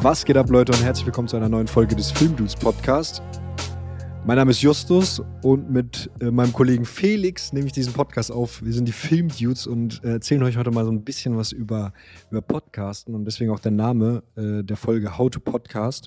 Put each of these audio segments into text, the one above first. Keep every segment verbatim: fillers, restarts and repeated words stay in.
Was geht ab, Leute, und herzlich willkommen zu einer neuen Folge des Filmdudes Podcast. Mein Name ist Justus und mit äh, meinem Kollegen Felix nehme ich diesen Podcast auf. Wir sind die Filmdudes und äh, erzählen euch heute mal so ein bisschen was über, über Podcasten und deswegen auch der Name äh, der Folge How to Podcast.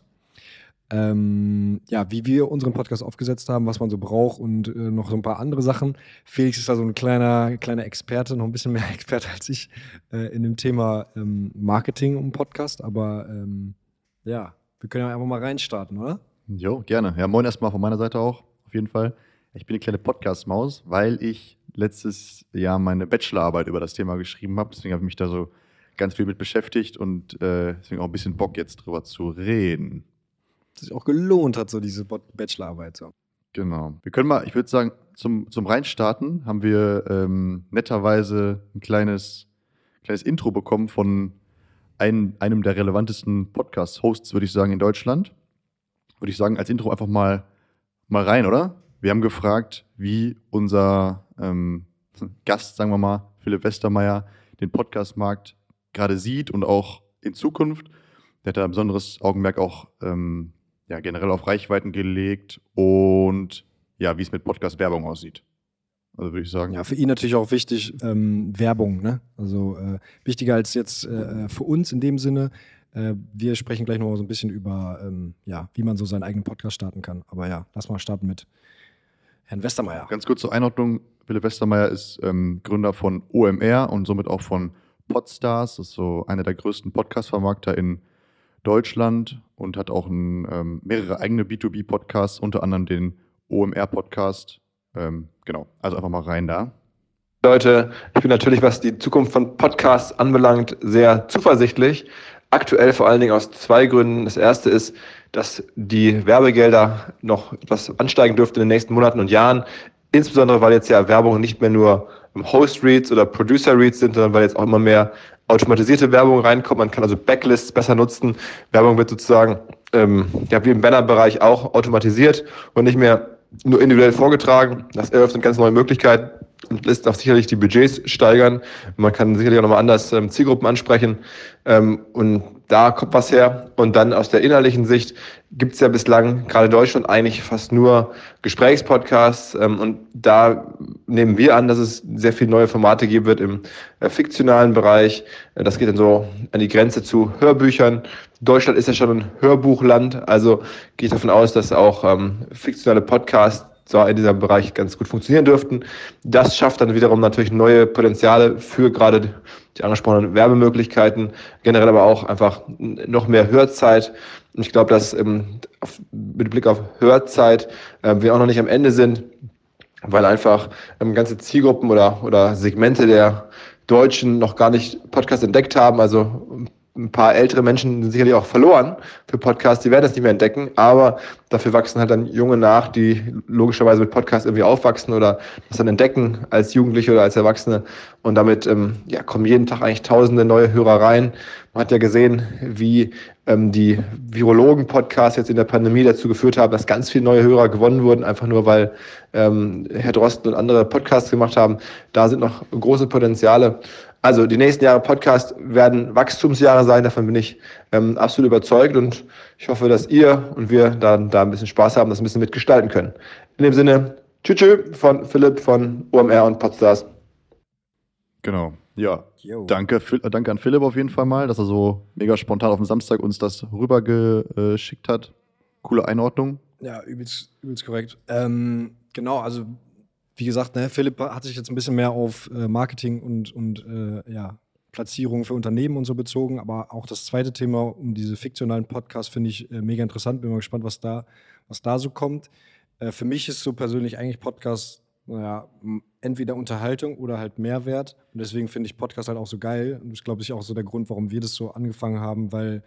Ähm, ja, wie wir unseren Podcast aufgesetzt haben, was man so braucht und äh, noch so ein paar andere Sachen. Felix ist da so ein kleiner, kleiner Experte, noch ein bisschen mehr Experte als ich äh, in dem Thema ähm, Marketing um Podcast, aber ähm, ja, wir können ja einfach mal reinstarten, oder? Jo, gerne. Ja, moin erstmal von meiner Seite auch, auf jeden Fall. Ich bin eine kleine Podcast-Maus, weil ich letztes Jahr meine Bachelorarbeit über das Thema geschrieben habe. Deswegen habe ich mich da so ganz viel mit beschäftigt und äh, deswegen auch ein bisschen Bock jetzt drüber zu reden. Dass sich auch gelohnt hat, so diese Bachelorarbeit. So. Genau. Wir können mal, ich würde sagen, zum, zum Reinstarten haben wir ähm, netterweise ein kleines, kleines Intro bekommen von ein, einem der relevantesten Podcast-Hosts, würde ich sagen, in Deutschland. Würde ich sagen, als Intro einfach mal, mal rein, oder? Wir haben gefragt, wie unser ähm, Gast, sagen wir mal, Philipp Westermeier, den Podcast-Markt gerade sieht und auch in Zukunft. Der hat da ein besonderes Augenmerk auch ähm, ja, generell auf Reichweiten gelegt und ja, wie es mit Podcast-Werbung aussieht. Also würde ich sagen. Ja, für ihn natürlich auch wichtig, ähm, Werbung, ne? Also äh, wichtiger als jetzt äh, für uns in dem Sinne. Äh, wir sprechen gleich noch mal so ein bisschen über, ähm, ja, wie man so seinen eigenen Podcast starten kann. Aber ja, lass mal starten mit Herrn Westermeier. Ganz kurz zur Einordnung. Philipp Westermeier ist ähm, Gründer von O M R und somit auch von Podstars. Das ist so einer der größten Podcast-Vermarkter in Deutschland und hat auch ein, ähm, mehrere eigene B zwei B-Podcasts, unter anderem den O M R-Podcast. Ähm, genau, also einfach mal rein da. Leute, ich bin natürlich, was die Zukunft von Podcasts anbelangt, sehr zuversichtlich. Aktuell vor allen Dingen aus zwei Gründen. Das erste ist, dass die Werbegelder noch etwas ansteigen dürften in den nächsten Monaten und Jahren. Insbesondere, weil jetzt ja Werbung nicht mehr nur Host-Reads oder Producer-Reads sind, sondern weil jetzt auch immer mehr automatisierte Werbung reinkommt. Man kann also Backlists besser nutzen. Werbung wird sozusagen ähm, ja, wie im Banner-Bereich auch automatisiert und nicht mehr nur individuell vorgetragen. Das eröffnet ganz neue Möglichkeiten und lässt auch sicherlich die Budgets steigern. Man kann sicherlich auch nochmal anders ähm, Zielgruppen ansprechen. Ähm, und da kommt was her. Und dann aus der inhaltlichen Sicht gibt es ja bislang gerade in Deutschland eigentlich fast nur Gesprächspodcasts. Ähm, und da nehmen wir an, dass es sehr viele neue Formate geben wird im äh, fiktionalen Bereich. Äh, das geht dann so an die Grenze zu Hörbüchern. Deutschland ist ja schon ein Hörbuchland. Also gehe ich davon aus, dass auch ähm, fiktionale Podcasts so in diesem Bereich ganz gut funktionieren dürften. Das schafft dann wiederum natürlich neue Potenziale für gerade die angesprochenen Werbemöglichkeiten, generell aber auch einfach noch mehr Hörzeit. Und ich glaube, dass ähm, auf, mit Blick auf Hörzeit äh, wir auch noch nicht am Ende sind, weil einfach ähm, ganze Zielgruppen oder, oder Segmente der Deutschen noch gar nicht Podcasts entdeckt haben. Also ein paar ältere Menschen sind sicherlich auch verloren für Podcasts, die werden das nicht mehr entdecken, aber dafür wachsen halt dann Junge nach, die logischerweise mit Podcasts irgendwie aufwachsen oder das dann entdecken als Jugendliche oder als Erwachsene und damit ähm, ja, kommen jeden Tag eigentlich tausende neue Hörer rein. Man hat ja gesehen, wie ähm, die Virologen-Podcasts jetzt in der Pandemie dazu geführt haben, dass ganz viele neue Hörer gewonnen wurden, einfach nur weil ähm, Herr Drosten und andere Podcasts gemacht haben. Da sind noch große Potenziale. Also die nächsten Jahre Podcast werden Wachstumsjahre sein, davon bin ich ähm, absolut überzeugt und ich hoffe, dass ihr und wir dann da ein bisschen Spaß haben, das ein bisschen mitgestalten können. In dem Sinne, tschüss tschüss von Philipp von O M R und Podstars. Genau, ja. Yo. Danke, danke an Philipp auf jeden Fall mal, dass er so mega spontan auf den Samstag uns das rübergeschickt hat. Coole Einordnung. Ja, übelst, übelst korrekt. Ähm, genau, also wie gesagt, ne, Philipp hat sich jetzt ein bisschen mehr auf äh, Marketing und, und äh, ja, Platzierung für Unternehmen und so bezogen, aber auch das zweite Thema um diese fiktionalen Podcasts finde ich äh, mega interessant. Bin mal gespannt, was da, was da so kommt. Äh, für mich ist so persönlich eigentlich Podcast, naja, entweder Unterhaltung oder halt Mehrwert. Und deswegen finde ich Podcast halt auch so geil. Und das glaube ich auch so der Grund, warum wir das so angefangen haben, weil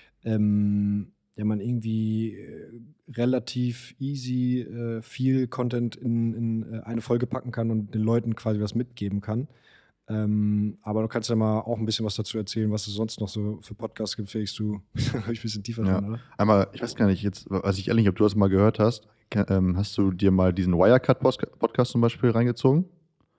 ähm, ja, man irgendwie äh, relativ easy äh, viel Content in, in äh, eine Folge packen kann und den Leuten quasi was mitgeben kann. Ähm, aber du kannst ja mal auch ein bisschen was dazu erzählen, was es sonst noch so für Podcasts gibt. Felix, du bist ein bisschen tiefer Ja. drin, oder? Einmal, ich weiß gar nicht, jetzt, weiß ich ehrlich nicht, ob du das mal gehört hast. Ke- ähm, hast du dir mal diesen Wirecard-Podcast zum Beispiel reingezogen?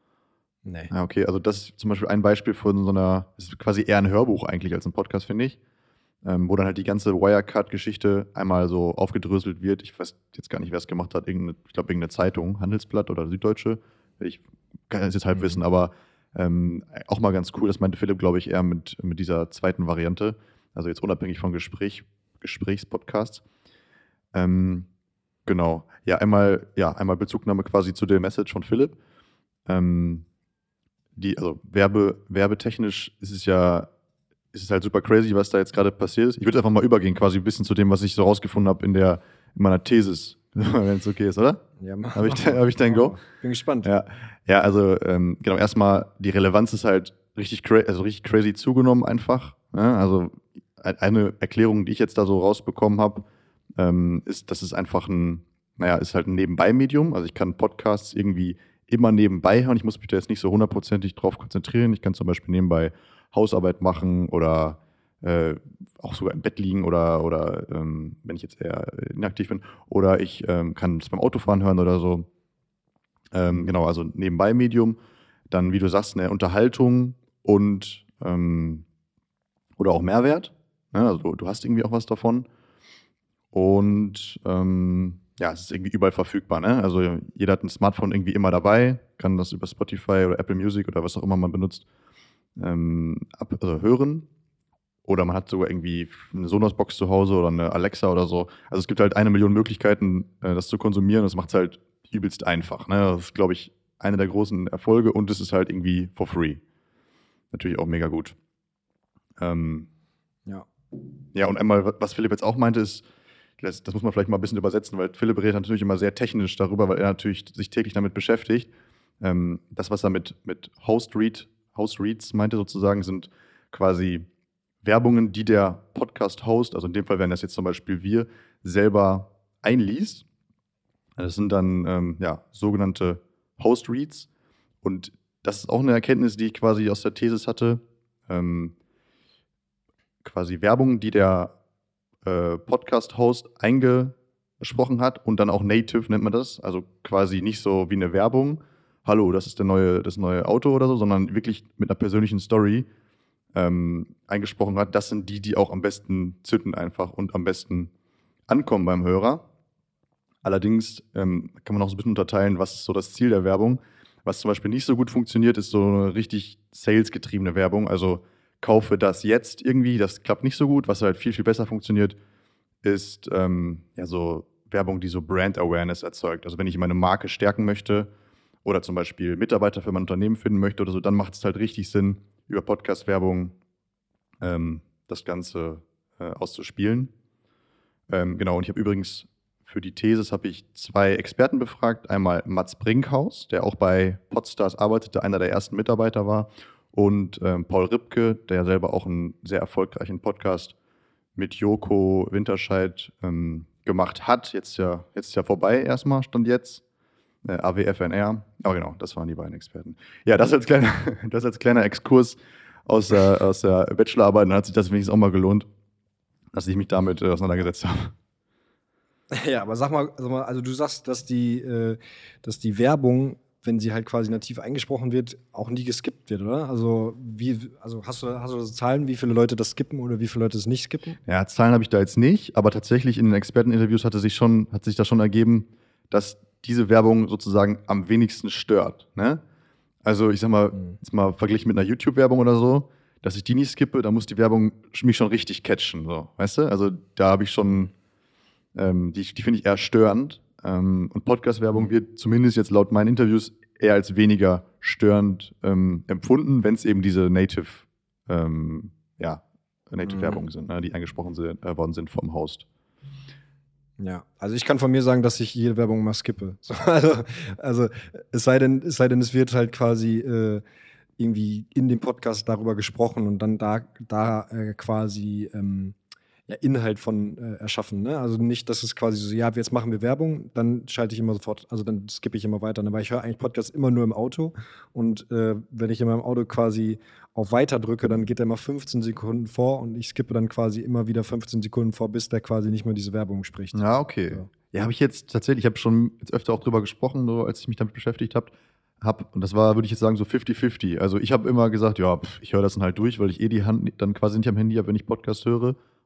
Nee. Ja, okay, also das ist zum Beispiel ein Beispiel von so einer, das ist quasi eher ein Hörbuch eigentlich als ein Podcast, finde ich. ähm, wo dann halt die ganze Wirecard-Geschichte einmal so aufgedröselt wird. Ich weiß jetzt gar nicht, wer es gemacht hat. Irgendeine, ich glaube, irgendeine Zeitung, Handelsblatt oder Süddeutsche. Ich kann das jetzt halb Mhm. wissen, aber ähm, auch mal ganz cool. Das meinte Philipp, glaube ich, eher mit, mit dieser zweiten Variante. Also jetzt unabhängig von Gespräch, Gesprächspodcasts. Ähm, genau. Ja, einmal, ja, einmal Bezugnahme quasi zu der Message von Philipp. Ähm, die, also Werbe, werbetechnisch ist es ja, ist es halt super crazy, was da jetzt gerade passiert ist. Ich würde einfach mal übergehen, quasi ein bisschen zu dem, was ich so rausgefunden habe in der, in meiner Thesis, wenn es okay ist, oder? Ja, mach, Habe ich, mach de- mal. hab ich dein Mach Go? mal. Bin gespannt. Ja, ja, also ähm, genau, erstmal die Relevanz ist halt richtig, cra also richtig crazy zugenommen einfach. Ja? Also ein- eine Erklärung, die ich jetzt da so rausbekommen habe, ähm, ist, dass es einfach ein, naja, ist halt ein Nebenbei-Medium. Also ich kann Podcasts irgendwie immer nebenbei hören. Ich muss mich da jetzt nicht so hundertprozentig drauf konzentrieren. Ich kann zum Beispiel nebenbei Hausarbeit machen oder äh, auch sogar im Bett liegen oder, oder ähm, wenn ich jetzt eher inaktiv bin. Oder ich ähm, kann es beim Autofahren hören oder so. Ähm, genau, also nebenbei Medium. Dann, wie du sagst, eine Unterhaltung und ähm, oder auch Mehrwert. Ja, also du hast irgendwie auch was davon. Und ähm, ja, es ist irgendwie überall verfügbar. Ne? Also jeder hat ein Smartphone irgendwie immer dabei, kann das über Spotify oder Apple Music oder was auch immer man benutzt, ähm, ab, also hören. Oder man hat sogar irgendwie eine Sonos-Box zu Hause oder eine Alexa oder so. Also es gibt halt eine Million Möglichkeiten, äh, das zu konsumieren. Das macht es halt übelst einfach. Ne? Das ist, glaube ich, eine der großen Erfolge und es ist halt irgendwie for free. Natürlich auch mega gut. Ähm, Ja. ja, und einmal, was Philipp jetzt auch meinte, ist, das, das muss man vielleicht mal ein bisschen übersetzen, weil Philipp redet natürlich immer sehr technisch darüber, weil er natürlich sich täglich damit beschäftigt. Ähm, das, was er mit, mit Host-Read, Host-Reads meinte sozusagen, sind quasi Werbungen, die der Podcast-Host, also in dem Fall wären das jetzt zum Beispiel wir, selber einliest. Das sind dann ähm, ja, sogenannte Host-Reads. Und das ist auch eine Erkenntnis, die ich quasi aus der Thesis hatte. Ähm, quasi Werbung, die der äh, Podcast-Host eingesprochen hat und dann auch native nennt man das. Also quasi nicht so wie eine Werbung, hallo, das ist der neue, das neue Auto oder so, sondern wirklich mit einer persönlichen Story ähm, eingesprochen hat. Das sind die, die auch am besten zünden einfach und am besten ankommen beim Hörer. Allerdings ähm, kann man auch so ein bisschen unterteilen, was ist so das Ziel der Werbung. Was zum Beispiel nicht so gut funktioniert, ist so eine richtig salesgetriebene Werbung. Also kaufe das jetzt irgendwie, das klappt nicht so gut. Was halt viel, viel besser funktioniert, ist ähm, ja so Werbung, die so Brand Awareness erzeugt. Also wenn ich meine Marke stärken möchte oder zum Beispiel Mitarbeiter für mein Unternehmen finden möchte oder so, dann macht es halt richtig Sinn, über Podcast-Werbung ähm, das Ganze äh, auszuspielen. Ähm, genau, und ich habe übrigens für die Thesis habe ich zwei Experten befragt. Einmal Mats Brinkhaus, der auch bei Podstars arbeitete, einer der ersten Mitarbeiter war. Und ähm, Paul Ripke, der selber auch einen sehr erfolgreichen Podcast mit Joko Winterscheid ähm, gemacht hat. Jetzt ja, jetzt ja vorbei erstmal, stand jetzt. Äh, A W F N R. Aber genau, das waren die beiden Experten. Ja, das als kleiner, das als kleiner Exkurs aus der, aus der Bachelorarbeit. Dann hat sich das wenigstens auch mal gelohnt, dass ich mich damit äh, auseinandergesetzt habe. Ja, aber sag mal, sag mal, also du sagst, dass die, äh, dass die Werbung, wenn sie halt quasi nativ eingesprochen wird, auch nie geskippt wird, oder? Also, wie, also hast du, hast du so Zahlen, wie viele Leute das skippen oder wie viele Leute es nicht skippen? Ja, Zahlen habe ich da jetzt nicht, aber tatsächlich in den Experteninterviews hatte sich schon, hat sich das schon ergeben, dass diese Werbung sozusagen am wenigsten stört. Ne? Also ich sag mal, Mhm. jetzt mal verglichen mit einer YouTube-Werbung oder so, dass ich die nicht skippe, da muss die Werbung mich schon richtig catchen, so, weißt du? Also da habe ich schon, ähm, die, die finde ich eher störend. Ähm, und Podcast-Werbung Mhm. wird zumindest jetzt laut meinen Interviews eher als weniger störend ähm, empfunden, wenn es eben diese Native, ähm, ja, Native-Werbungen sind, ne, die angesprochen sind, äh, worden sind vom Host. Ja, also ich kann von mir sagen, dass ich jede Werbung mal skippe. So, also, also es sei denn, es sei denn, es wird halt quasi äh, irgendwie in dem Podcast darüber gesprochen und dann da, da äh, quasi ähm, ja, Inhalt von äh, erschaffen. Ne? Also nicht, dass es quasi so, ja, jetzt machen wir Werbung, dann schalte ich immer sofort, also dann skippe ich immer weiter. Ne? Weil ich höre eigentlich Podcasts immer nur im Auto und äh, wenn ich in meinem Auto quasi auf Weiter drücke, dann geht er immer fünfzehn Sekunden vor und ich skippe dann quasi immer wieder fünfzehn Sekunden vor, bis der quasi nicht mehr diese Werbung spricht. Ja, okay. Ja. Ja, habe ich jetzt tatsächlich, ich habe schon jetzt öfter auch drüber gesprochen, so, als ich mich damit beschäftigt habe. Hab, und das war, würde ich jetzt sagen, so fifty fifty. Also ich habe immer gesagt, ja, pf, ich höre das dann halt durch, weil ich eh die Hand dann quasi nicht am Handy habe, wenn ich Podcast höre.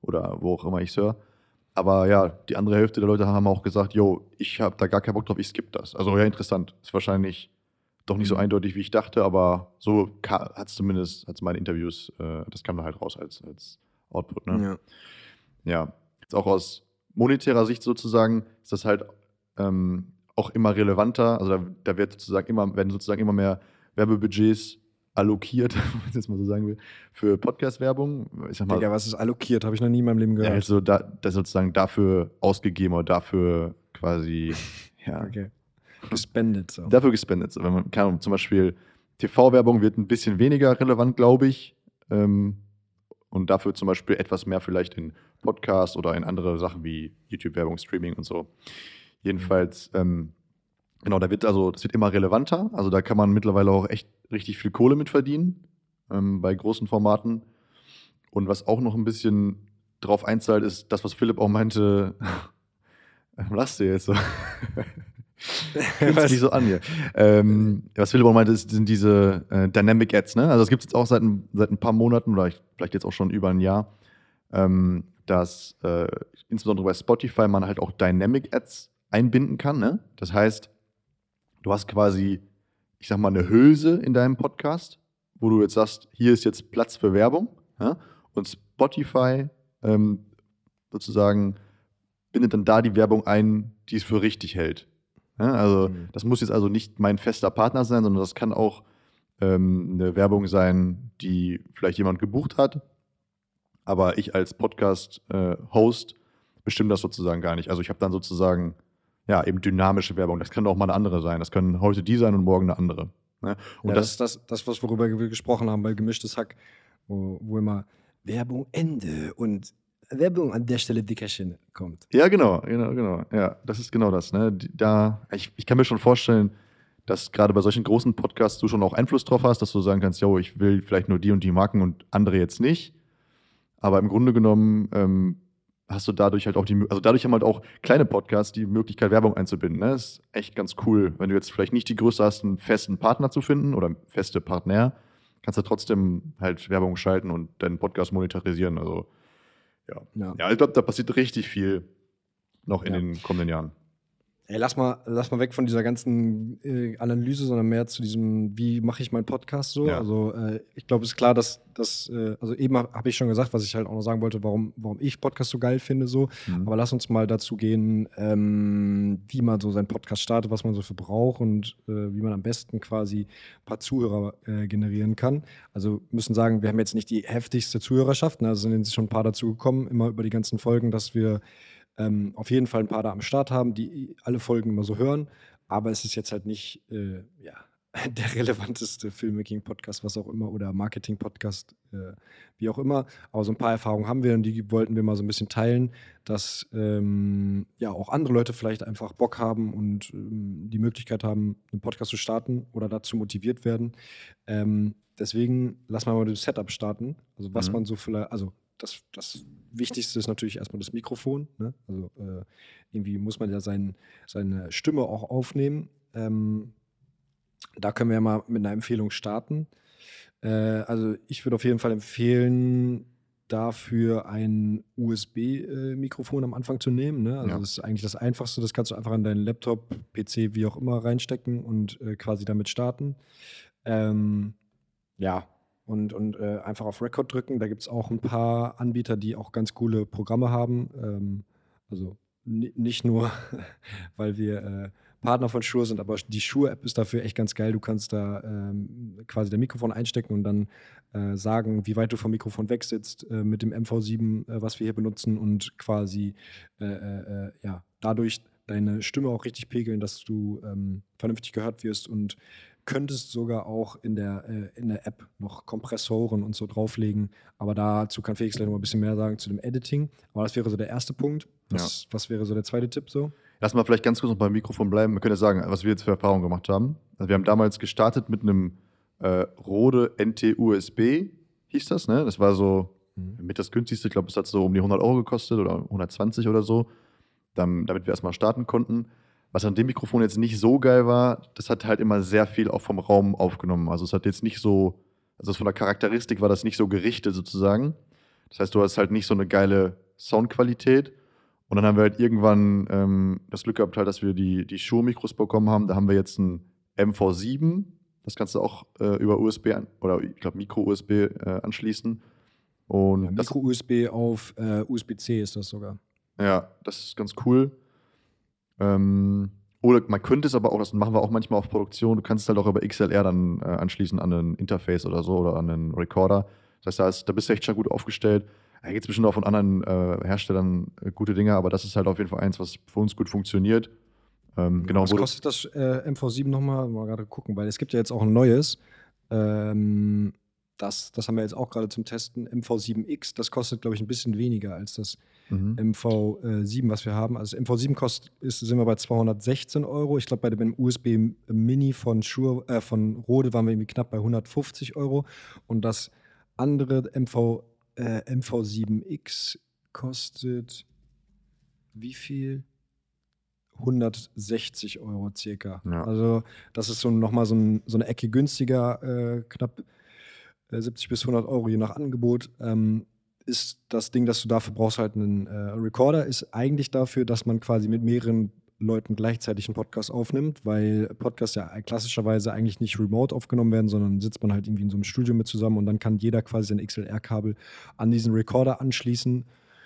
oder wo auch immer ich es höre. Aber ja, die andere Hälfte der Leute haben auch gesagt, yo, ich habe da gar keinen Bock drauf, ich skippe das. Also ja, interessant. Ist wahrscheinlich doch nicht so Mhm. eindeutig, wie ich dachte, aber so hat es zumindest, hat's meine Interviews, äh, das kam da halt raus als, als Output. Ne? Ja. Ja, jetzt auch aus monetärer Sicht sozusagen ist das halt ähm, auch immer relevanter. Also da, da wird sozusagen immer, werden sozusagen immer mehr Werbebudgets allokiert, wenn man das jetzt mal so sagen will, für Podcast-Werbung. Ich sag mal, Digga, was ist allokiert? Habe ich noch nie in meinem Leben ja, gehört. also da, das sozusagen dafür ausgegeben oder dafür quasi, ja, Okay. Gespendet. So. dafür gespendet. So, wenn man, keine Ahnung, zum Beispiel T V-Werbung wird ein bisschen weniger relevant, glaube ich. Ähm, und dafür zum Beispiel etwas mehr vielleicht in Podcasts oder in andere Sachen wie YouTube-Werbung, Streaming und so. Jedenfalls, ähm, genau, da wird also, das wird immer relevanter. Also da kann man mittlerweile auch echt richtig viel Kohle mit verdienen, ähm, bei großen Formaten. Und was auch noch ein bisschen drauf einzahlt, ist das, was Philipp auch meinte. Warum lachst du jetzt so? Fühlt sich so an hier. Ähm, was Philipp auch meinte, ist, sind diese äh, Dynamic Ads, ne? Also das gibt es jetzt auch seit, ein- seit ein paar Monaten oder ich, vielleicht jetzt auch schon über ein Jahr, ähm, dass äh, insbesondere bei Spotify man halt auch Dynamic Ads einbinden kann, ne? Das heißt, du hast quasi, ich sag mal, eine Hülse in deinem Podcast, wo du jetzt sagst, hier ist jetzt Platz für Werbung, ja? Und Spotify ähm, sozusagen bindet dann da die Werbung ein, die es für richtig hält. Ja, also Mhm. das muss jetzt also nicht mein fester Partner sein, sondern das kann auch ähm, eine Werbung sein, die vielleicht jemand gebucht hat, aber ich als Podcast-Host bestimme das sozusagen gar nicht. Also ich habe dann sozusagen ja eben dynamische Werbung. Das kann auch mal eine andere sein. Das können heute die sein und morgen eine andere. Ne? Und Ja, das, das ist das, das, was worüber wir gesprochen haben bei Gemischtes Hack, wo, wo immer Werbung Ende und Werbung an der Stelle Dickerchen kommt. ja, genau, genau, genau. Ja, das ist genau das. Ne? Die, da, ich, ich kann mir schon vorstellen, dass gerade bei solchen großen Podcasts du schon auch Einfluss drauf hast, dass du sagen kannst, yo, ich will vielleicht nur die und die Marken und andere jetzt nicht. Aber im Grunde genommen ähm, hast du dadurch halt auch die, Mö- also dadurch haben halt auch kleine Podcasts die Möglichkeit, Werbung einzubinden. Ne? Das ist echt ganz cool. Wenn du jetzt vielleicht nicht die Größe hast, einen festen Partner zu finden oder feste Partner, kannst du trotzdem halt Werbung schalten und deinen Podcast monetarisieren. Also ja. Ja. Ja, ich glaube, da passiert richtig viel noch in Ja. den kommenden Jahren. Ey, lass mal, lass mal weg von dieser ganzen äh, Analyse, sondern mehr zu diesem, wie mache ich meinen Podcast so. Ja. Also äh, ich glaube, es ist klar, dass das, äh, also eben habe hab ich schon gesagt, was ich halt auch noch sagen wollte, warum, warum ich Podcast so geil finde so. Mhm. Aber lass uns mal dazu gehen, ähm, wie man so seinen Podcast startet, was man so für braucht und äh, wie man am besten quasi ein paar Zuhörer äh, generieren kann. Also müssen sagen, wir haben jetzt nicht die heftigste Zuhörerschaft, ne? Also sind jetzt schon ein paar dazu gekommen, immer über die ganzen Folgen, dass wir ähm, auf jeden Fall ein paar da am Start haben, die alle Folgen immer so hören. Aber es ist jetzt halt nicht äh, ja, der relevanteste Filmmaking-Podcast, was auch immer, oder Marketing-Podcast, äh, wie auch immer. Aber so ein paar Erfahrungen haben wir und die wollten wir mal so ein bisschen teilen, dass ähm, ja auch andere Leute vielleicht einfach Bock haben und ähm, die Möglichkeit haben, einen Podcast zu starten oder dazu motiviert werden. Ähm, deswegen lass mal mal mit dem Setup starten. Also was Mhm. man so vielleicht, also das, das Wichtigste ist natürlich erstmal das Mikrofon. Ne? Also äh, irgendwie muss man ja sein, seine Stimme auch aufnehmen. Ähm, da können wir ja mal mit einer Empfehlung starten. Äh, also ich würde auf jeden Fall empfehlen, dafür ein U S B-Mikrofon am Anfang zu nehmen. Ne? Also Ja. das ist eigentlich das Einfachste. Das kannst du einfach an deinen Laptop, P C, wie auch immer reinstecken und äh, quasi damit starten. Ähm, ja, und, und äh, einfach auf Record drücken. Da gibt es auch ein paar Anbieter, die auch ganz coole Programme haben. Ähm, also ni- nicht nur, weil wir äh, Partner von Shure sind, aber die Shure-App ist dafür echt ganz geil. Du kannst da ähm, quasi dein Mikrofon einstecken und dann äh, sagen, wie weit du vom Mikrofon weg sitzt äh, mit dem M V sieben, äh, was wir hier benutzen und quasi äh, äh, äh, ja, dadurch deine Stimme auch richtig pegeln, dass du ähm, vernünftig gehört wirst und könntest sogar auch in der, äh, in der App noch Kompressoren und so drauflegen. Aber dazu kann Felix gleich noch mal ein bisschen mehr sagen zu dem Editing. Aber das wäre so der erste Punkt. Was, was wäre so der zweite Tipp so? Lass mal vielleicht ganz kurz noch beim Mikrofon bleiben. Wir können ja sagen, was wir jetzt für Erfahrungen gemacht haben. Also wir haben damals gestartet mit einem äh, Rode N T U S B, hieß das, ne? Das war so Mhm. mit das günstigste. Ich glaube, es hat so um die hundert Euro gekostet oder hundertzwanzig oder so, dann, damit wir erstmal starten konnten. Was an dem Mikrofon jetzt nicht so geil war, das hat halt immer sehr viel auch vom Raum aufgenommen. Also es hat jetzt nicht so, also von der Charakteristik war das nicht so gerichtet sozusagen. Das heißt, du hast halt nicht so eine geile Soundqualität. Und dann haben wir halt irgendwann ähm, das Glück gehabt, halt, dass wir die, die Shure-Mikros bekommen haben. Da haben wir jetzt ein M V sieben. Das kannst du auch äh, über U S B an, oder ich glaube Micro-U S B äh, anschließen. Und Ja, das, Micro-U S B auf äh, U S B C ist das sogar. ja, das ist ganz cool. Ähm, oder man könnte es aber auch, das machen wir auch manchmal auf Produktion, du kannst es halt auch über X L R dann äh, anschließen an ein Interface oder so oder an einen Recorder. Das heißt, da, ist, da bist du echt schon gut aufgestellt. Da gibt es bestimmt auch von anderen äh, Herstellern äh, gute Dinge, aber das ist halt auf jeden Fall eins, was für uns gut funktioniert. Ähm, genau, Was wo du- kostet das äh, M V sieben nochmal? Mal gerade gucken, weil es gibt ja jetzt auch ein neues. Ähm, das, das haben wir jetzt auch gerade zum Testen. M V sieben X, das kostet, glaube ich, ein bisschen weniger als das Mhm. M V sieben, was wir haben. Also M V sieben kostet, ist, sind wir bei zweihundertsechzehn Euro. Ich glaube, bei dem U S B Mini von Shure, äh, von Rode waren wir irgendwie knapp bei hundertfünfzig Euro. Und das andere M V, äh, M V sieben X kostet wie viel? hundertsechzig Euro circa. Ja. Also das ist so nochmal so, ein, so eine Ecke günstiger, äh, knapp äh, siebzig bis hundert Euro je nach Angebot. Ähm, ist das Ding, das du dafür brauchst, halt einen äh, Recorder, ist eigentlich dafür, dass man quasi mit mehreren Leuten gleichzeitig einen Podcast aufnimmt, weil Podcasts ja klassischerweise eigentlich nicht remote aufgenommen werden, sondern sitzt man halt irgendwie in so einem Studio mit zusammen und dann kann jeder quasi sein X L R-Kabel an diesen Recorder anschließen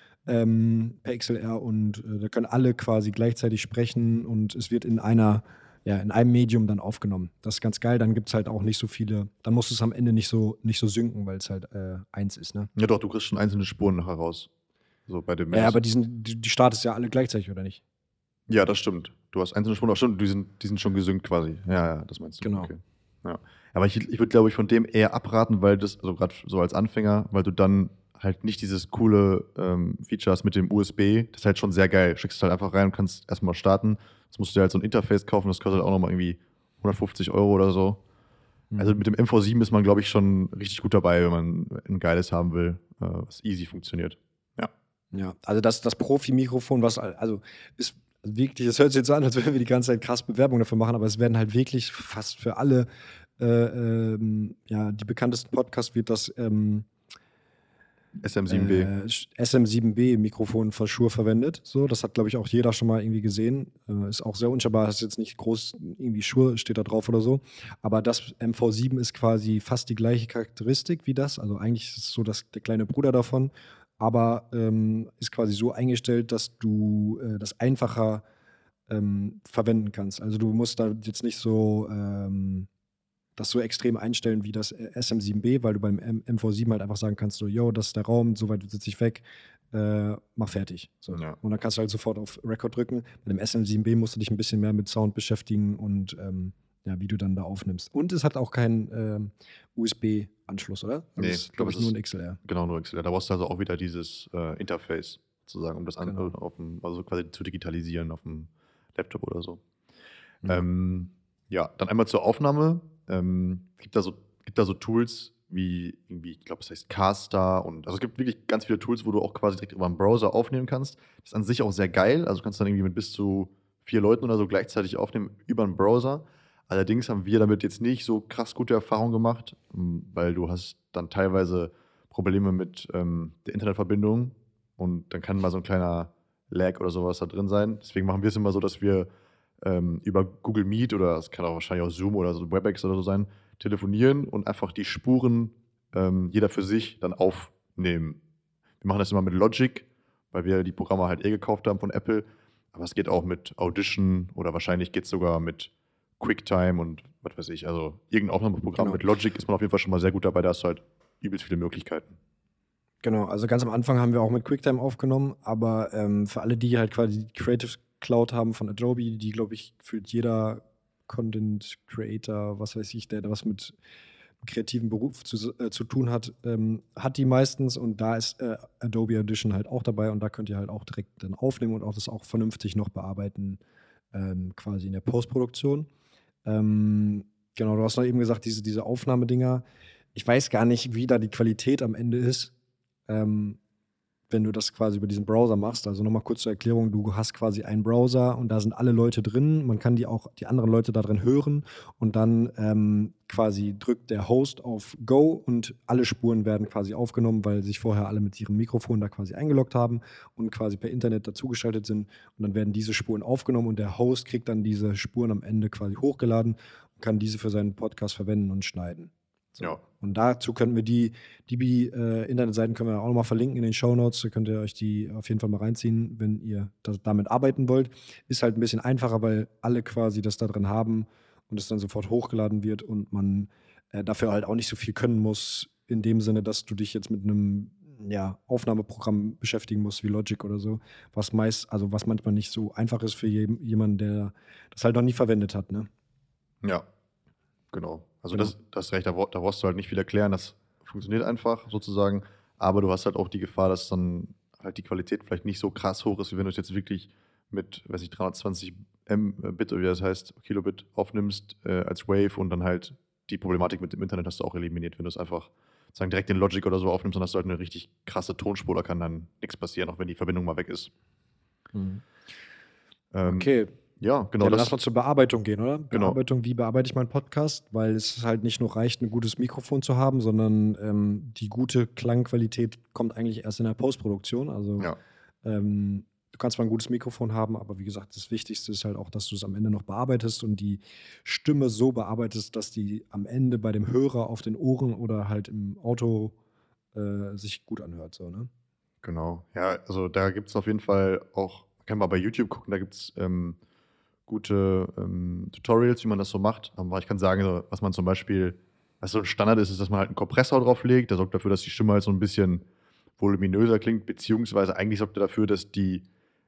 ähm, per X L R und äh, da können alle quasi gleichzeitig sprechen und es wird in einer, ja, in einem Medium dann aufgenommen. Das ist ganz geil, dann gibt es halt auch nicht so viele, dann musst du es am Ende nicht so, nicht so synken, weil es halt äh, eins ist, ne? Ja, doch, du kriegst schon einzelne Spuren nachher raus. So bei dem Ja, aber die, sind, die, die startest ja alle gleichzeitig, oder nicht? Ja, das stimmt. Du hast einzelne Spuren, auch stimmt, die sind, die sind schon gesynkt quasi. Ja, ja, das meinst du. Genau. Okay. Ja. Aber ich, ich würde, glaube ich, von dem eher abraten, weil das, also gerade so als Anfänger, weil du dann halt nicht dieses coole ähm, Feature hast mit dem U S B. Das ist halt schon sehr geil. Schickst es halt einfach rein und kannst erstmal starten. Jetzt musst du dir halt so ein Interface kaufen, das kostet auch nochmal irgendwie hundertfünfzig Euro oder so. Also mit dem M V sieben ist man, glaube ich, schon richtig gut dabei, wenn man ein geiles haben will, äh, was easy funktioniert. Ja. Ja, also das, das Profi-Mikrofon, was, also ist wirklich, es hört sich jetzt so an, als würden wir die ganze Zeit krass Bewerbung dafür machen, aber es werden halt wirklich fast für alle, äh, ähm, ja, die bekanntesten Podcasts wird das ähm, S M sieben B. äh, S M sieben B-Mikrofon von Shure verwendet. So, das hat, glaube ich, auch jeder schon mal irgendwie gesehen. Äh, ist auch sehr unscheinbar, ist jetzt nicht groß, irgendwie Shure steht da drauf oder so. Aber das M V sieben ist quasi fast die gleiche Charakteristik wie das. Also eigentlich ist es so dass der kleine Bruder davon, aber ähm, ist quasi so eingestellt, dass du äh, das einfacher ähm, verwenden kannst. Also du musst da jetzt nicht so ähm, das so extrem einstellen wie das äh, S M sieben B, weil du beim M MV sieben halt einfach sagen kannst, so, yo, das ist der Raum, so weit sitze ich weg, äh, mach fertig. So. Ja. Und dann kannst du halt sofort auf Record drücken. Bei dem S M sieben B musst du dich ein bisschen mehr mit Sound beschäftigen und ähm, ja, wie du dann da aufnimmst. Und es hat auch keinen ähm, U S B-Anschluss, oder? Also Nee, es ist, ich glaub, glaube ich, es nur ist- ein X L R. Genau, nur X L R. Da brauchst du also auch wieder dieses äh, Interface sozusagen, um das an, Genau. äh, auf dem, also quasi zu digitalisieren auf dem Laptop oder so. Ja. Ähm, ja, dann einmal zur Aufnahme. Ähm, gibt da so, gibt da so Tools wie irgendwie, ich glaube, es heißt Caster und also es gibt wirklich ganz viele Tools, wo du auch quasi direkt über einen Browser aufnehmen kannst. Das ist an sich auch sehr geil. Also du kannst dann irgendwie mit bis zu vier Leuten oder so gleichzeitig aufnehmen über einen Browser. Allerdings haben wir damit jetzt nicht so krass gute Erfahrungen gemacht, m, weil du hast dann teilweise Probleme mit ähm, der Internetverbindung und dann kann mal so ein kleiner Lag oder sowas da drin sein. Deswegen machen wir es immer so, dass wir ähm, über Google Meet oder es kann auch wahrscheinlich auch Zoom oder so WebEx oder so sein, telefonieren und einfach die Spuren ähm, jeder für sich dann aufnehmen. Wir machen das immer mit Logic, weil wir die Programme halt eh gekauft haben von Apple. Aber es geht auch mit Audition oder wahrscheinlich geht es sogar mit QuickTime und was weiß ich. Also irgendein Aufnahmeprogramm Genau. mit Logic ist man auf jeden Fall schon mal sehr gut dabei. Da hast du halt übelst viele Möglichkeiten. Genau, also ganz am Anfang haben wir auch mit QuickTime aufgenommen, aber ähm, für alle, die halt quasi die Creative Cloud haben von Adobe, die, glaube ich, fühlt jeder Content Creator, was weiß ich, der da was mit kreativen Beruf zu, äh, zu tun hat, ähm, hat die meistens und da ist äh, Adobe Audition halt auch dabei und da könnt ihr halt auch direkt dann aufnehmen und auch das auch vernünftig noch bearbeiten, ähm, quasi in der Postproduktion. Ähm, genau, du hast noch eben gesagt, diese, diese Aufnahmedinger. Ich weiß gar nicht, wie da die Qualität am Ende ist. Ähm, wenn du das quasi über diesen Browser machst. Also nochmal kurz zur Erklärung, du hast quasi einen Browser und da sind alle Leute drin. Man kann die auch, die anderen Leute da drin hören und dann ähm, quasi drückt der Host auf Go und alle Spuren werden quasi aufgenommen, weil sich vorher alle mit ihrem Mikrofon da quasi eingeloggt haben und quasi per Internet dazugeschaltet sind. Und dann werden diese Spuren aufgenommen und der Host kriegt dann diese Spuren am Ende quasi hochgeladen und kann diese für seinen Podcast verwenden und schneiden. So. Ja. Und dazu könnten wir die, die äh, Internetseiten können wir auch nochmal verlinken in den Shownotes. Da könnt ihr euch die auf jeden Fall mal reinziehen, wenn ihr das, damit arbeiten wollt. Ist halt ein bisschen einfacher, weil alle quasi das da drin haben und es dann sofort hochgeladen wird und man äh, dafür halt auch nicht so viel können muss, in dem Sinne, dass du dich jetzt mit einem ja, Aufnahmeprogramm beschäftigen musst wie Logic oder so, was meist, also was manchmal nicht so einfach ist für je, jemanden, der das halt noch nie verwendet hat, ne? Ja, genau. Also Genau. das, das ist recht, da, bra- da brauchst du halt nicht viel erklären, das funktioniert einfach sozusagen, aber du hast halt auch die Gefahr, dass dann halt die Qualität vielleicht nicht so krass hoch ist, wie wenn du es jetzt wirklich mit, weiß ich, dreihundertzwanzig Mbit oder wie das heißt, Kilobit aufnimmst äh, als Wave und dann halt die Problematik mit dem Internet hast du auch eliminiert, wenn du es einfach sagen direkt in Logic oder so aufnimmst, dann hast du halt eine richtig krasse Tonspur, da kann dann nichts passieren, auch wenn die Verbindung mal weg ist. Mhm. Ähm, Okay. Ja, genau. Ja, dann das, lass mal zur Bearbeitung gehen, oder? Genau. Bearbeitung, wie bearbeite ich meinen Podcast? Weil es halt nicht nur reicht, ein gutes Mikrofon zu haben, sondern ähm, die gute Klangqualität kommt eigentlich erst in der Postproduktion. Also Ja, ähm, du kannst zwar ein gutes Mikrofon haben, aber wie gesagt, das Wichtigste ist halt auch, dass du es am Ende noch bearbeitest und die Stimme so bearbeitest, dass die am Ende bei dem Hörer auf den Ohren oder halt im Auto äh, sich gut anhört. So, ne? genau. Ja, also da gibt es auf jeden Fall auch, man kann mal bei YouTube gucken, da gibt es ähm, gute ähm, Tutorials, wie man das so macht. Aber ich kann sagen, so, was man zum Beispiel, was so ein Standard ist, ist, dass man halt einen Kompressor drauflegt. Der sorgt dafür, dass die Stimme halt so ein bisschen voluminöser klingt, beziehungsweise eigentlich sorgt er dafür, dass die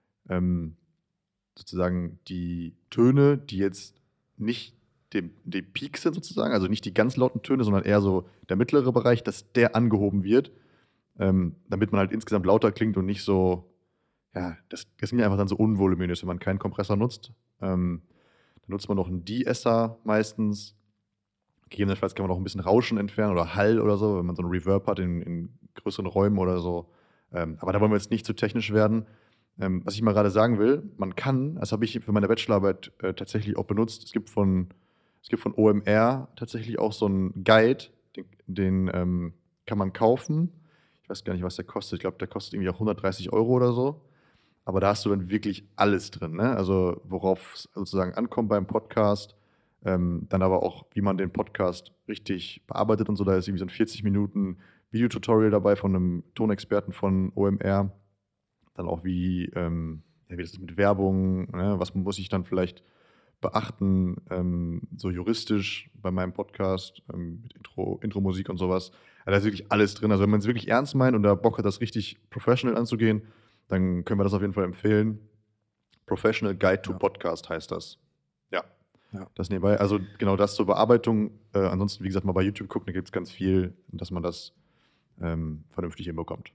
ähm, sozusagen die Töne, die jetzt nicht dem, dem Peak sind sozusagen, also nicht die ganz lauten Töne, sondern eher so der mittlere Bereich, dass der angehoben wird, ähm, damit man halt insgesamt lauter klingt und nicht so, ja, das, das klingt einfach dann so unvoluminös, wenn man keinen Kompressor nutzt. Ähm, dann nutzt man noch einen De-Esser meistens. Gegebenenfalls kann man auch ein bisschen Rauschen entfernen oder Hall oder so, wenn man so einen Reverb hat in, in größeren Räumen oder so. Ähm, aber da wollen wir jetzt nicht zu technisch werden. Ähm, was ich mal gerade sagen will, man kann, das habe ich für meine Bachelorarbeit äh, tatsächlich auch benutzt, es gibt von, es gibt von O M R tatsächlich auch so einen Guide, den, den ähm, kann man kaufen. Ich weiß gar nicht, was der kostet. Ich glaube, der kostet irgendwie auch hundertdreißig Euro oder so. Aber da hast du dann wirklich alles drin, ne? Also worauf es sozusagen ankommt beim Podcast, ähm, dann aber auch, wie man den Podcast richtig bearbeitet und so. Da ist irgendwie so ein vierzig Minuten Videotutorial dabei von einem Tonexperten von O M R. Dann auch wie, ähm, ja, wie das ist mit Werbung, ne? Was muss ich dann vielleicht beachten, ähm, so juristisch bei meinem Podcast, ähm, mit Intro, Intro-Musik und sowas. Ja, da ist wirklich alles drin. Also wenn man es wirklich ernst meint und da Bock hat, das richtig professional anzugehen, dann können wir das auf jeden Fall empfehlen. Professional Guide to Ja. Podcast heißt das. Ja, Ja. das nebenbei. Also genau das zur Bearbeitung. Äh, ansonsten, wie gesagt, mal bei YouTube gucken, da gibt es ganz viel, dass man das ähm, vernünftig hinbekommt.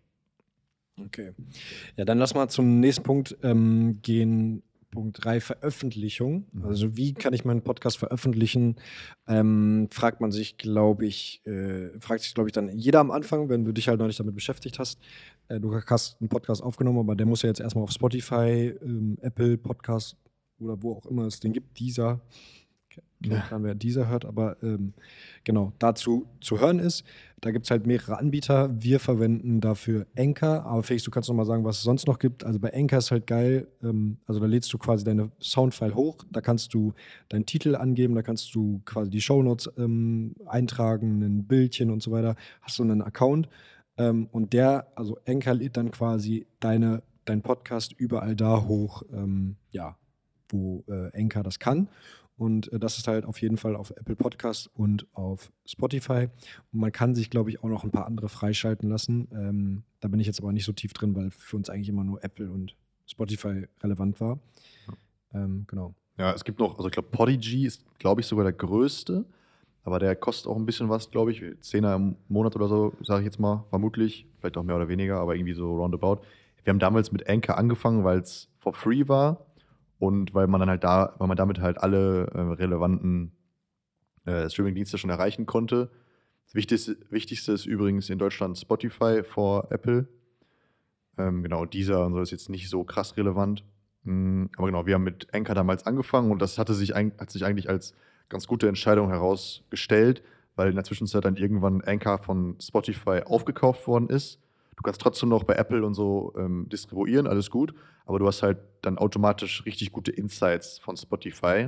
Okay. Ja, dann lass mal zum nächsten Punkt ähm, gehen. Punkt drei, Veröffentlichung. Mhm. Also wie kann ich meinen Podcast veröffentlichen? Ähm, fragt man sich, glaube ich, äh, fragt sich, glaube ich, dann jeder am Anfang, wenn du dich halt noch nicht damit beschäftigt hast. Äh, du hast einen Podcast aufgenommen, aber der muss ja jetzt erstmal auf Spotify, ähm, Apple Podcast oder wo auch immer es den gibt, dieser. Kein Plan, wer dieser hört, aber ähm, genau, dazu zu hören ist. Da gibt es halt mehrere Anbieter. Wir verwenden dafür Anchor, aber Felix, du kannst noch mal sagen, was es sonst noch gibt. Also bei Anchor ist halt geil, ähm, also da lädst du quasi deine Soundfile hoch, da kannst du deinen Titel angeben, da kannst du quasi die Shownotes ähm, eintragen, ein Bildchen und so weiter. Hast du einen Account ähm, und der, also Anchor lädt dann quasi deine, dein Podcast überall da hoch, ähm, ja, wo äh, Anchor das kann. Und äh, das ist halt auf jeden Fall auf Apple Podcasts und auf Spotify. Und man kann sich, glaube ich, auch noch ein paar andere freischalten lassen. Ähm, da bin ich jetzt aber nicht so tief drin, weil für uns eigentlich immer nur Apple und Spotify relevant war. Ähm, genau. Ja, es gibt noch, also ich glaube, Podigy ist, glaube ich, sogar der größte. Aber der kostet auch ein bisschen was, glaube ich. Zehner im Monat oder so, sage ich jetzt mal, vermutlich. Vielleicht auch mehr oder weniger, aber irgendwie so roundabout. Wir haben damals mit Anchor angefangen, weil es for free war. Und weil man dann halt da, weil man damit halt alle äh, relevanten äh, Streaming-Dienste schon erreichen konnte. Das Wichtigste, Wichtigste ist übrigens in Deutschland Spotify vor Apple. Ähm, genau, dieser und so ist jetzt nicht so krass relevant. Mm, aber genau, wir haben mit Anchor damals angefangen und das hatte sich, eig- hat sich eigentlich als ganz gute Entscheidung herausgestellt, weil in der Zwischenzeit dann irgendwann Anchor von Spotify aufgekauft worden ist. Du kannst trotzdem noch bei Apple und so ähm, distribuieren, alles gut, aber du hast halt dann automatisch richtig gute Insights von Spotify.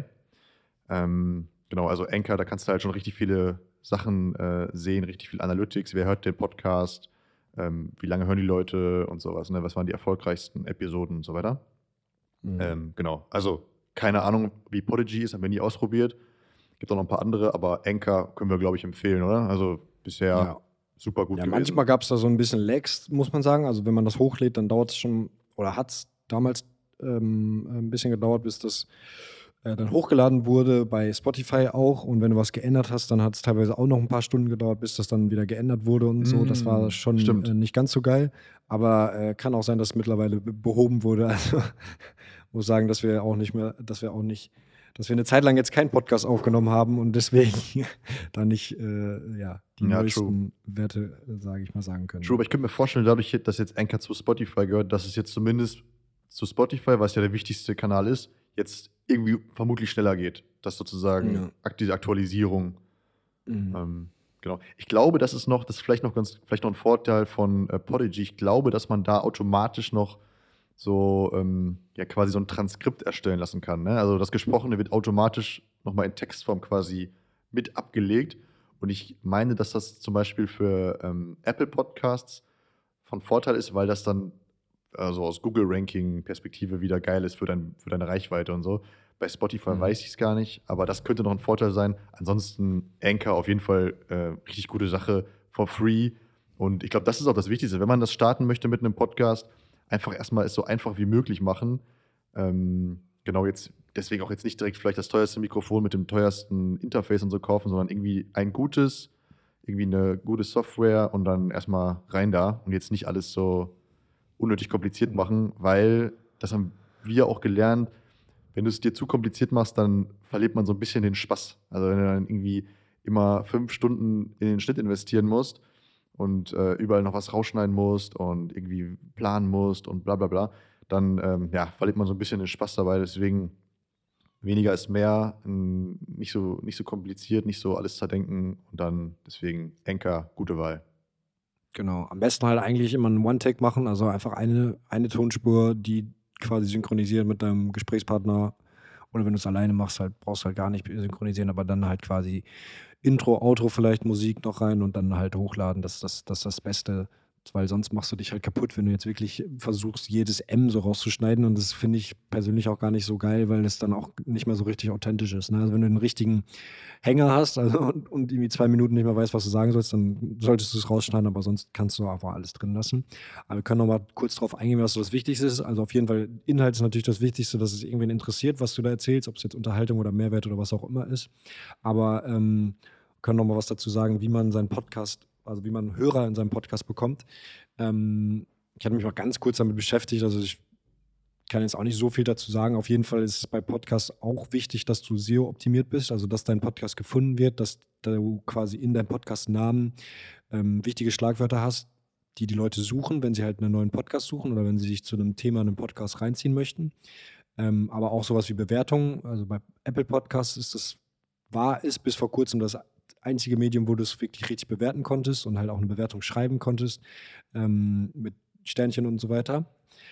Ähm, genau, also Anchor, da kannst du halt schon richtig viele Sachen äh, sehen, richtig viel Analytics, wer hört den Podcast, ähm, wie lange hören die Leute und sowas, ne? Was waren die erfolgreichsten Episoden und so weiter. Mhm. Ähm, genau, also keine Ahnung, wie Podigy ist, haben wir nie ausprobiert. Gibt auch noch ein paar andere, aber Anchor können wir, glaube ich, empfehlen, oder? Also bisher Ja. super gut Ja, gewesen. manchmal gab es da so ein bisschen Lags, muss man sagen. Also wenn man das hochlädt, dann dauert es schon, oder hat es damals ähm, ein bisschen gedauert, bis das äh, dann hochgeladen wurde, bei Spotify auch. Und wenn du was geändert hast, dann hat es teilweise auch noch ein paar Stunden gedauert, bis das dann wieder geändert wurde und so. Das war Mm, schon stimmt. äh, nicht ganz so geil. Aber äh, kann auch sein, dass es mittlerweile be- behoben wurde. Also muss sagen, dass wir auch nicht mehr, dass wir auch nicht, dass wir eine Zeit lang jetzt keinen Podcast aufgenommen haben und deswegen da nicht äh, ja, die Ja, true. neuesten Werte, äh, sage ich mal, sagen können. True, aber ich könnte mir vorstellen, dadurch, dass jetzt Anchor zu Spotify gehört, dass es jetzt zumindest zu Spotify, was ja der wichtigste Kanal ist, jetzt irgendwie vermutlich schneller geht. Dass sozusagen Ja. akt- diese Aktualisierung. Mhm. Ähm, genau. Ich glaube, das ist noch, das ist vielleicht noch ganz, vielleicht noch ein Vorteil von äh, Podigy. Ich glaube, dass man da automatisch noch so ähm, ja quasi so ein Transkript erstellen lassen kann. Ne? Also das Gesprochene wird automatisch nochmal in Textform quasi mit abgelegt. Und ich meine, dass das zum Beispiel für ähm, Apple Podcasts von Vorteil ist, weil das dann also aus Google-Ranking-Perspektive wieder geil ist für, dein, für deine Reichweite und so. Bei Spotify Mhm. weiß ich es gar nicht, aber das könnte noch ein Vorteil sein. Ansonsten Anchor auf jeden Fall äh, richtig gute Sache, for free. Und ich glaube, das ist auch das Wichtigste. Wenn man das starten möchte mit einem Podcast, einfach erstmal es so einfach wie möglich machen. Ähm, genau jetzt, deswegen auch jetzt nicht direkt vielleicht das teuerste Mikrofon mit dem teuersten Interface und so kaufen, sondern irgendwie ein gutes, irgendwie eine gute Software und dann erstmal rein da und jetzt nicht alles so unnötig kompliziert machen, weil das haben wir auch gelernt, wenn du es dir zu kompliziert machst, dann verliert man so ein bisschen den Spaß. Also wenn du dann irgendwie immer fünf Stunden in den Schnitt investieren musst und äh, überall noch was rausschneiden musst und irgendwie planen musst und bla bla bla, dann ähm, ja, verliert man so ein bisschen den Spaß dabei. Deswegen weniger ist mehr, n- nicht so, nicht so kompliziert, nicht so alles zerdenken und dann deswegen Anchor, gute Wahl. Genau. Am besten halt eigentlich immer einen One-Take machen, also einfach eine, eine Tonspur, die quasi synchronisiert mit deinem Gesprächspartner. Oder wenn du es alleine machst, halt brauchst du halt gar nicht synchronisieren, aber dann halt quasi Intro, Outro, vielleicht Musik noch rein und dann halt hochladen. Das ist das, das, ist das Beste, weil sonst machst du dich halt kaputt, wenn du jetzt wirklich versuchst, jedes M so rauszuschneiden. Und das finde ich persönlich auch gar nicht so geil, weil es dann auch nicht mehr so richtig authentisch ist. Ne? Also wenn du einen richtigen Hänger hast also, und, und irgendwie zwei Minuten nicht mehr weißt, was du sagen sollst, dann solltest du es rausschneiden, aber sonst kannst du einfach alles drin lassen. Aber wir können noch mal kurz darauf eingehen, was so das Wichtigste ist. Also auf jeden Fall, Inhalt ist natürlich das Wichtigste, dass es irgendwen interessiert, was du da erzählst, ob es jetzt Unterhaltung oder Mehrwert oder was auch immer ist. Aber ähm, können noch mal was dazu sagen, wie man seinen Podcast, also wie man Hörer in seinem Podcast bekommt. Ähm, ich hatte mich mal ganz kurz damit beschäftigt, also ich kann jetzt auch nicht so viel dazu sagen. Auf jeden Fall ist es bei Podcasts auch wichtig, dass du S E O-optimiert bist, also dass dein Podcast gefunden wird, dass du quasi in deinem Podcast-Namen ähm, wichtige Schlagwörter hast, die die Leute suchen, wenn sie halt einen neuen Podcast suchen oder wenn sie sich zu einem Thema in einem Podcast reinziehen möchten. Ähm, aber auch sowas wie Bewertungen. Also bei Apple Podcasts ist das, war es bis vor kurzem das einzige Medium, wo du es wirklich richtig bewerten konntest und halt auch eine Bewertung schreiben konntest ähm, mit Sternchen und so weiter.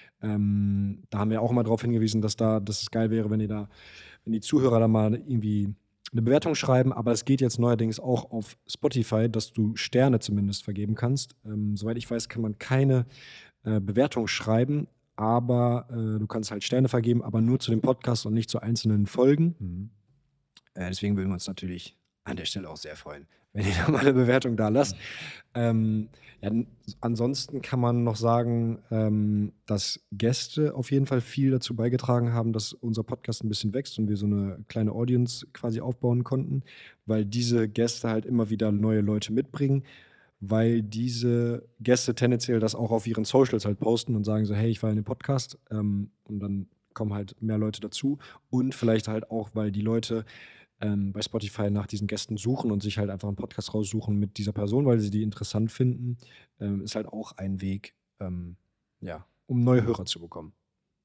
Ähm, da haben wir auch immer darauf hingewiesen, dass da, dass es geil wäre, wenn ihr da, wenn die Zuhörer da mal irgendwie eine Bewertung schreiben, aber es geht jetzt neuerdings auch auf Spotify, dass du Sterne zumindest vergeben kannst. Ähm, soweit ich weiß, kann man keine äh, Bewertung schreiben, aber äh, du kannst halt Sterne vergeben, aber nur zu dem Podcast und nicht zu einzelnen Folgen. Mhm. Äh, deswegen würden wir uns natürlich an der Stelle auch sehr freuen, wenn ihr da mal eine Bewertung da lasst. Ähm, ja, n- ansonsten kann man noch sagen, ähm, dass Gäste auf jeden Fall viel dazu beigetragen haben, dass unser Podcast ein bisschen wächst und wir so eine kleine Audience quasi aufbauen konnten, weil diese Gäste halt immer wieder neue Leute mitbringen, weil diese Gäste tendenziell das auch auf ihren Socials halt posten und sagen so, hey, ich war in dem Podcast ähm, und dann kommen halt mehr Leute dazu und vielleicht halt auch, weil die Leute ähm, bei Spotify nach diesen Gästen suchen und sich halt einfach einen Podcast raussuchen mit dieser Person, weil sie die interessant finden, ähm, ist halt auch ein Weg, ähm, ja, um neue Hörer zu bekommen.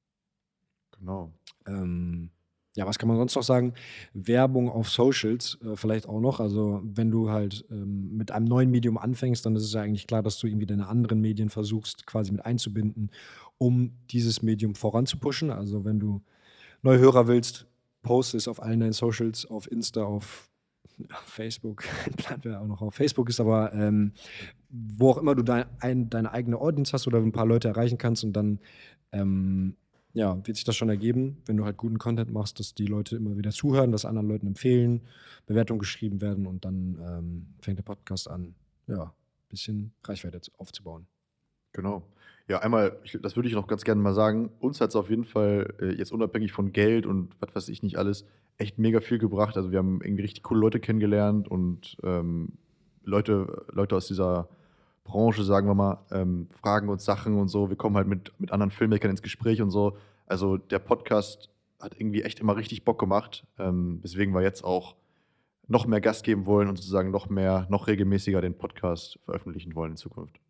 Genau. Ähm, ja, was kann man sonst noch sagen? Werbung auf Socials äh, vielleicht auch noch. Also wenn du halt ähm, mit einem neuen Medium anfängst, dann ist es ja eigentlich klar, dass du irgendwie deine anderen Medien versuchst quasi mit einzubinden, um dieses Medium voranzupushen. Also wenn du neue Hörer willst, post es auf allen deinen Socials, auf Insta, auf Facebook, bleibt ja auch noch auf Facebook ist, aber ähm, wo auch immer du dein, ein, deine eigene Audience hast oder ein paar Leute erreichen kannst und dann ähm, ja, wird sich das schon ergeben, wenn du halt guten Content machst, dass die Leute immer wieder zuhören, das anderen Leuten empfehlen, Bewertungen geschrieben werden und dann ähm, fängt der Podcast an, ja, ein bisschen Reichweite aufzubauen. Genau. Ja, einmal, ich, das würde ich noch ganz gerne mal sagen, uns hat es auf jeden Fall äh, jetzt unabhängig von Geld und was weiß ich nicht alles, echt mega viel gebracht. Also wir haben irgendwie richtig coole Leute kennengelernt und ähm, Leute, Leute aus dieser Branche, sagen wir mal, ähm, fragen uns Sachen und so. Wir kommen halt mit, mit anderen Filmmakern ins Gespräch und so. Also der Podcast hat irgendwie echt immer richtig Bock gemacht, ähm, weswegen wir jetzt auch noch mehr Gas geben wollen und sozusagen noch mehr, noch regelmäßiger den Podcast veröffentlichen wollen in Zukunft.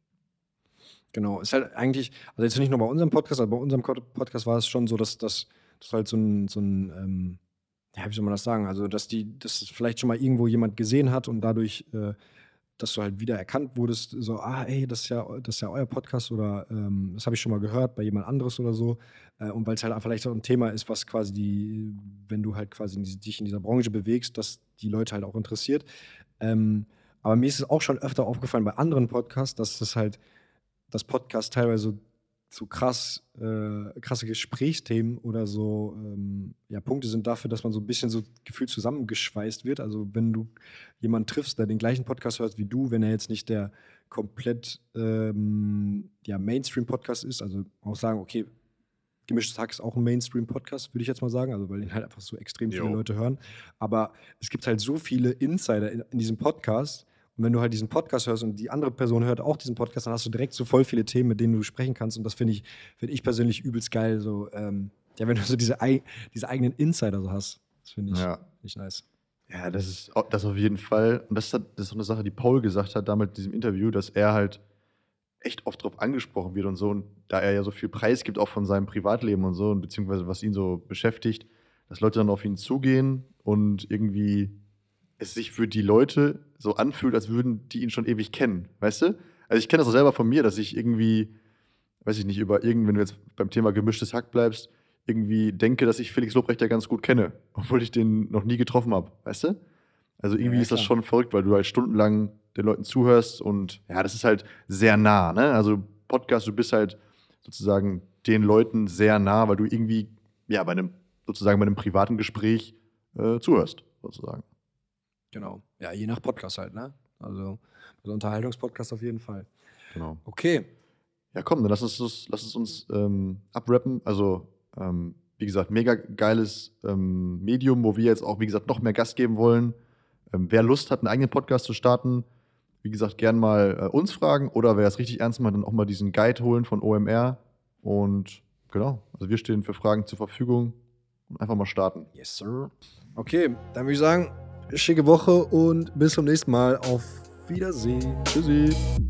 Genau, ist halt eigentlich, also jetzt nicht nur bei unserem Podcast, aber bei unserem Ko- Podcast war es schon so, dass das dass halt so ein, so ein ähm, ja, wie soll man das sagen? Also, dass die, dass es vielleicht schon mal irgendwo jemand gesehen hat und dadurch, äh, dass du halt wieder erkannt wurdest, so, ah, ey, das ist ja, das ist ja euer Podcast oder ähm, das habe ich schon mal gehört bei jemand anderes oder so. Äh, und weil es halt vielleicht auch ein Thema ist, was quasi die, wenn du halt quasi in diese, dich in dieser Branche bewegst, dass die Leute halt auch interessiert. Ähm, aber mir ist es auch schon öfter aufgefallen bei anderen Podcasts, dass das halt das Podcast teilweise so, so krass, äh, krasse Gesprächsthemen oder so ähm, ja, Punkte sind dafür, dass man so ein bisschen so gefühlt zusammengeschweißt wird. Also wenn du jemanden triffst, der den gleichen Podcast hört wie du, wenn er jetzt nicht der komplett ähm, ja, Mainstream-Podcast ist, also auch sagen, okay, Gemischtes Hack ist auch ein Mainstream-Podcast, würde ich jetzt mal sagen, also weil den halt einfach so extrem viele Jo. Leute hören. Aber es gibt halt so viele Insider in, in diesem Podcast. Und wenn du halt diesen Podcast hörst und die andere Person hört auch diesen Podcast, dann hast du direkt so voll viele Themen, mit denen du sprechen kannst. Und das finde ich, finde ich persönlich übelst geil. So, ähm, ja, wenn du so diese, ei- diese eigenen Insider so hast. Das finde ich, Ja. find ich nice. Ja, das ist au- das auf jeden Fall. Und das, hat, das ist auch eine Sache, die Paul gesagt hat damals in diesem Interview, dass er halt echt oft drauf angesprochen wird und so. Und da er ja so viel Preis gibt, auch von seinem Privatleben und so, und beziehungsweise was ihn so beschäftigt, dass Leute dann auf ihn zugehen und irgendwie es sich für die Leute so anfühlt, als würden die ihn schon ewig kennen, weißt du? Also ich kenne das auch selber von mir, dass ich irgendwie, weiß ich nicht, über irgend, wenn du jetzt beim Thema gemischtes Hack bleibst, irgendwie denke, dass ich Felix Lobrecht ja ganz gut kenne, obwohl ich den noch nie getroffen habe, weißt du? Also irgendwie Ja, ist das klar. schon verrückt, weil du halt stundenlang den Leuten zuhörst und ja, das ist halt sehr nah, ne? Also Podcast, du bist halt sozusagen den Leuten sehr nah, weil du irgendwie, ja, bei einem, sozusagen bei einem privaten Gespräch äh, zuhörst, sozusagen. Genau. Ja, je nach Podcast halt, ne? Also, also Unterhaltungspodcast auf jeden Fall. Genau. Okay. Ja, komm, dann lass uns, das- lass es uns ähm, abrappen. Also, ähm, wie gesagt, mega geiles ähm, Medium, wo wir jetzt auch, wie gesagt, noch mehr Gas geben wollen. Ähm, wer Lust hat, einen eigenen Podcast zu starten, wie gesagt, gern mal äh, uns fragen oder wer es richtig ernst macht, dann auch mal diesen Guide holen von O M R. Und genau, also wir stehen für Fragen zur Verfügung und einfach mal starten. Yes, sir. Okay, dann würde ich sagen, schicke Woche und bis zum nächsten Mal. Auf Wiedersehen. Tschüssi.